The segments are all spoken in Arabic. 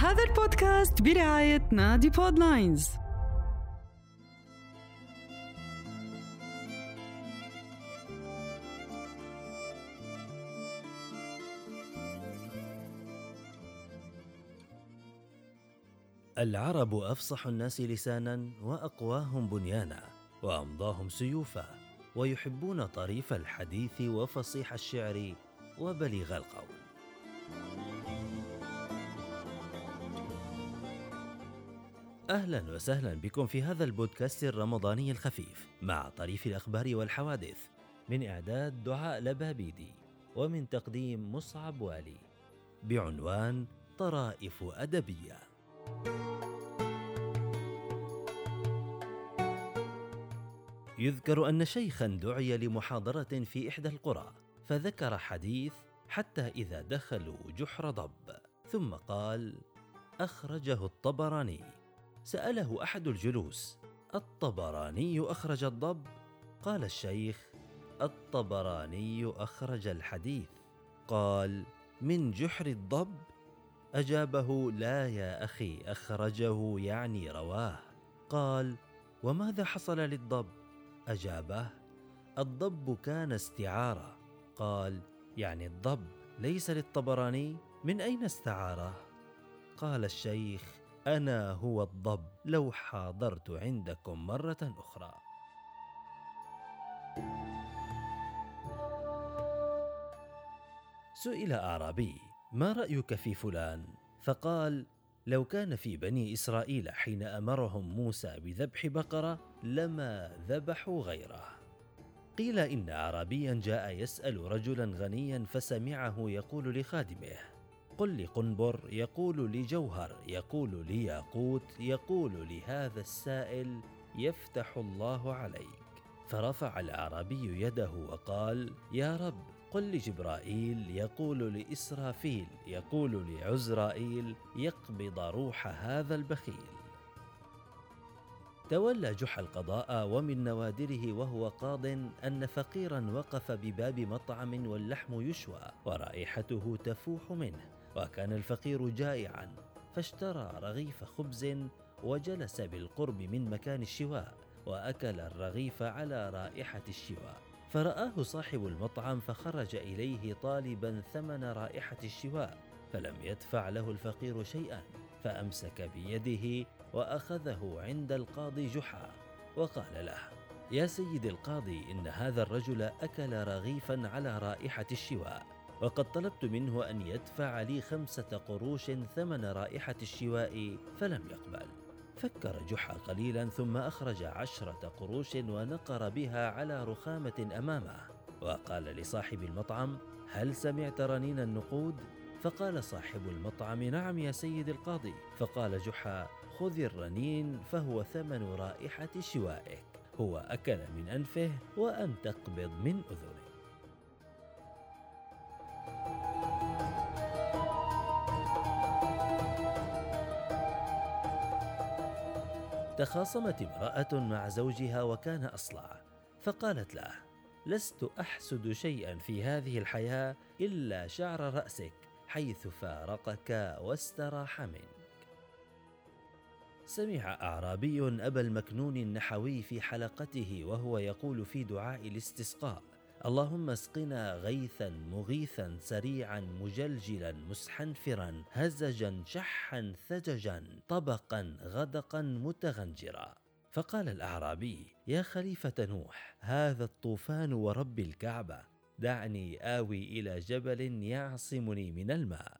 هذا البودكاست برعاية نادي بودلاينز. العرب أفصح الناس لسانا وأقواهم بنيانا وأمضاهم سيوفا، ويحبون طريف الحديث وفصيح الشعر وبليغ القول. أهلا وسهلا بكم في هذا البودكاست الرمضاني الخفيف مع طريف الأخبار والحوادث، من إعداد دعاء لبابيدي ومن تقديم مصعب والي، بعنوان طرائف أدبية. يذكر أن شيخا دعي لمحاضرة في إحدى القرى، فذكر حديث حتى إذا دخلوا جحر ضب، ثم قال: أخرجه الطبراني. سأله أحد الجلوس: الطبراني أخرج الضب؟ قال الشيخ: الطبراني أخرج الحديث. قال: من جحر الضب؟ أجابه: لا يا أخي، أخرجه يعني رواه. قال: وماذا حصل للضب؟ أجابه: الضب كان استعارة. قال: يعني الضب ليس للطبراني؟ من أين استعاره؟ قال الشيخ: أنا هو الضب، لو حاضرت عندكم مرة أخرى. سئل أعرابي: ما رأيك في فلان؟ فقال: لو كان في بني إسرائيل حين أمرهم موسى بذبح بقرة لما ذبحوا غيره. قيل إن أعرابيا جاء يسأل رجلا غنيا فسمعه يقول لخادمه: قل لقنبر يقول لجوهر يقول لياقوت يقول لهذا السائل يفتح الله عليك. فرفع الأعرابي يده وقال: يا رب، قل لجبرائيل يقول لإسرافيل يقول لعزرائيل يقبض روح هذا البخيل. تولى جحا القضاء، ومن نوادره وهو قاض أن فقيرا وقف بباب مطعم واللحم يشوى ورائحته تفوح منه، وكان الفقير جائعا، فاشترى رغيف خبز وجلس بالقرب من مكان الشواء وأكل الرغيف على رائحة الشواء. فرآه صاحب المطعم فخرج إليه طالبا ثمن رائحة الشواء، فلم يدفع له الفقير شيئا، فأمسك بيده وأخذه عند القاضي جحا وقال له: يا سيد القاضي، إن هذا الرجل أكل رغيفا على رائحة الشواء، وقد طلبت منه أن يدفع لي 5 قروش ثمن رائحة الشواء فلم يقبل. فكر جحا قليلا ثم أخرج 10 قروش ونقر بها على رخامة أمامه، وقال لصاحب المطعم: هل سمعت رنين النقود؟ فقال صاحب المطعم: نعم يا سيد القاضي. فقال جحا: خذ الرنين فهو ثمن رائحة شوائك، هو أكل من أنفه وأن تقبض من أذنه. تخاصمت امرأة مع زوجها وكان أصلع، فقالت له: لست أحسد شيئا في هذه الحياة إلا شعر رأسك، حيث فارقك واستراح منك. سمع أعرابي أبا المكنون النحوي في حلقته وهو يقول في دعاء الاستسقاء: اللهم اسقنا غيثا مغيثا سريعا مجلجلا مسحنفرا هزجا شحا ثججا طبقا غدقا متغنجرا. فقال الأعرابي: يا خليفة نوح، هذا الطوفان ورب الكعبة، دعني آوي إلى جبل يعصمني من الماء.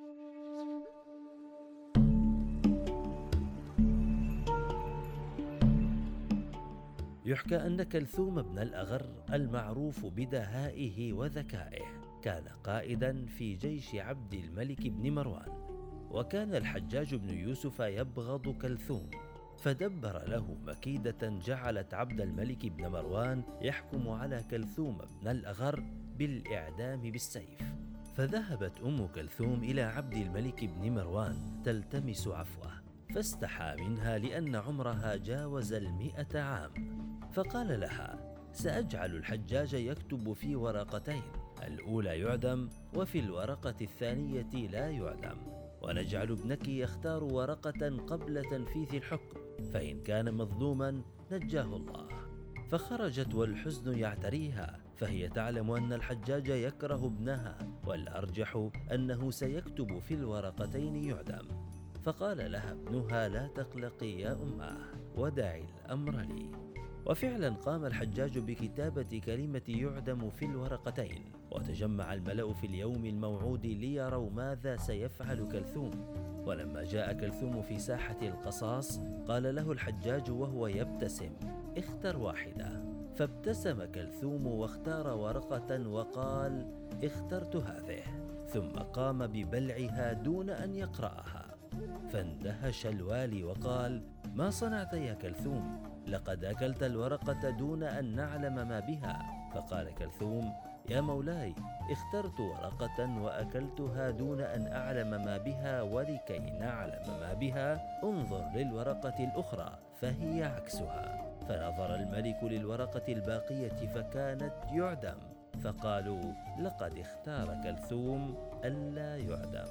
يحكى أن كلثوم بن الأغر المعروف بدهائه وذكائه كان قائدا في جيش عبد الملك بن مروان، وكان الحجاج بن يوسف يبغض كلثوم، فدبر له مكيدة جعلت عبد الملك بن مروان يحكم على كلثوم بن الأغر بالإعدام بالسيف. فذهبت أم كلثوم إلى عبد الملك بن مروان تلتمس عفوه، فاستحى منها لأن عمرها جاوز 100 عام، فقال لها: سأجعل الحجاج يكتب في ورقتين، الأولى يعدم وفي الورقة الثانية لا يعدم، ونجعل ابنك يختار ورقة قبل تنفيذ الحكم، فإن كان مظلوما نجاه الله. فخرجت والحزن يعتريها، فهي تعلم أن الحجاج يكره ابنها، والأرجح أنه سيكتب في الورقتين يعدم. فقال لها ابنها: لا تقلقي يا أماه، ودعي الأمر لي. وفعلا قام الحجاج بكتابة كلمة يعدم في الورقتين، وتجمع الملأ في اليوم الموعود ليروا ماذا سيفعل كلثوم. ولما جاء كلثوم في ساحة القصاص قال له الحجاج وهو يبتسم: اختر واحدة. فابتسم كلثوم واختار ورقة وقال: اخترت هذه. ثم قام ببلعها دون أن يقرأها. فاندهش الوالي وقال: ما صنعت يا كلثوم؟ لقد أكلت الورقة دون أن نعلم ما بها. فقال كلثوم: يا مولاي، اخترت ورقة وأكلتها دون أن أعلم ما بها، ولكي نعلم ما بها انظر للورقة الأخرى فهي عكسها. فنظر الملك للورقة الباقية فكانت يعدم، فقالوا: لقد اختار كلثوم ألا يعدم.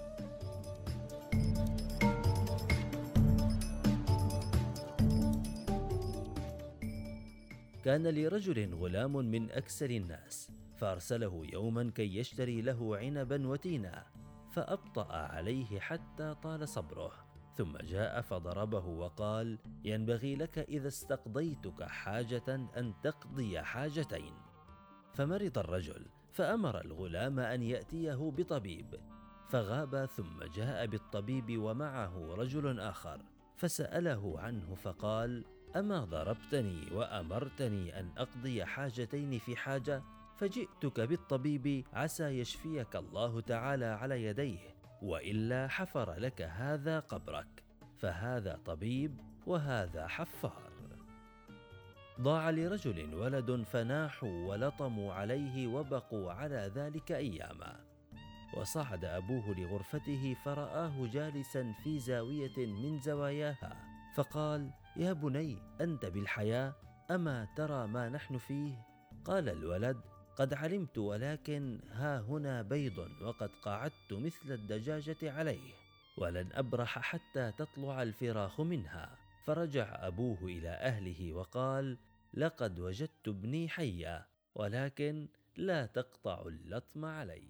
كان لرجل غلام من أكسل الناس، فأرسله يوما كي يشتري له عنبا وتينا، فأبطأ عليه حتى طال صبره، ثم جاء فضربه وقال: ينبغي لك إذا استقضيتك حاجة أن تقضي حاجتين. فمرض الرجل، فأمر الغلام أن يأتيه بطبيب، فغاب ثم جاء بالطبيب ومعه رجل آخر، فسأله عنه فقال: أما ضربتني وأمرتني أن أقضي حاجتين في حاجة؟ فجئتك بالطبيب عسى يشفيك الله تعالى على يديه، وإلا حفر لك هذا قبرك، فهذا طبيب وهذا حفار. ضاع لرجل ولد فناحوا ولطموا عليه وبقوا على ذلك أياما. وصعد أبوه لغرفته فرآه جالسا في زاوية من زواياها، فقال: يا بني، أنت بالحياة؟ أما ترى ما نحن فيه؟ قال الولد: قد علمت، ولكن ها هنا بيض وقد قعدت مثل الدجاجة عليه، ولن أبرح حتى تطلع الفراخ منها. فرجع أبوه إلى أهله وقال: لقد وجدت ابني حيا، ولكن لا تقطع اللطم علي.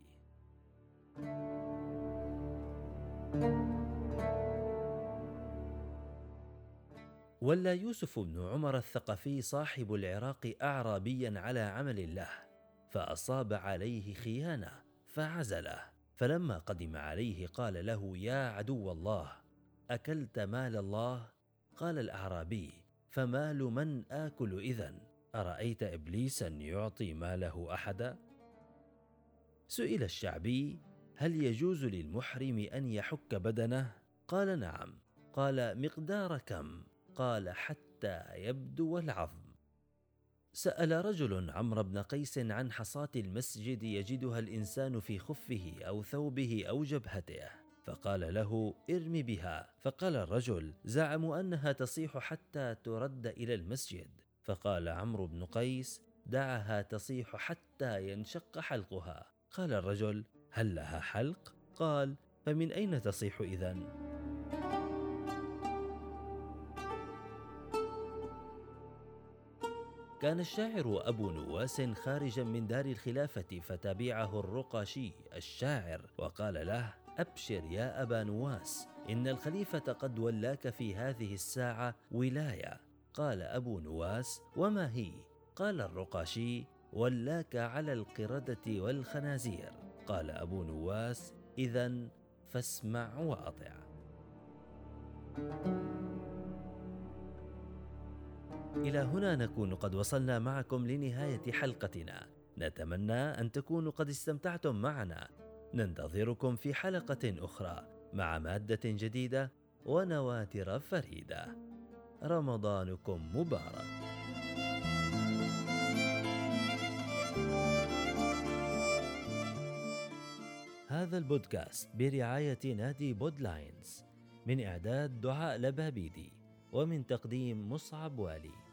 ولى يوسف بن عمر الثقفي صاحب العراق أعرابيا على عمل له، فأصاب عليه خيانة فعزله. فلما قدم عليه قال له: يا عدو الله، أكلت مال الله؟ قال الأعرابي: فمال من آكل إذن؟ أرأيت إبليسا يعطي ماله أحدا؟ سئل الشعبي: هل يجوز للمحرم أن يحك بدنه؟ قال: نعم. قال: مقدار كم؟ قال: حتى يبدو العظم. سأل رجل عمرو بن قيس عن حصاة المسجد يجدها الإنسان في خفه أو ثوبه أو جبهته، فقال له: ارم بها. فقال الرجل: زعموا أنها تصيح حتى ترد إلى المسجد. فقال عمرو بن قيس: دعها تصيح حتى ينشق حلقها. قال الرجل: هل لها حلق؟ قال: فمن أين تصيح إذن؟ كان الشاعر أبو نواس خارجا من دار الخلافة، فتبعه الرقاشي الشاعر وقال له: أبشر يا أبا نواس، إن الخليفة قد ولاك في هذه الساعة ولاية. قال أبو نواس: وما هي؟ قال الرقاشي: ولاك على القردة والخنازير. قال أبو نواس: إذن فاسمع وأطع. إلى هنا نكون قد وصلنا معكم لنهاية حلقتنا، نتمنى أن تكونوا قد استمتعتم معنا. ننتظركم في حلقة أخرى مع مادة جديدة ونواتر فريدة. رمضانكم مبارك. هذا البودكاست برعاية نادي بودلاينز، من إعداد دعاء لبابيدي، ومن تقديم مصعب والي.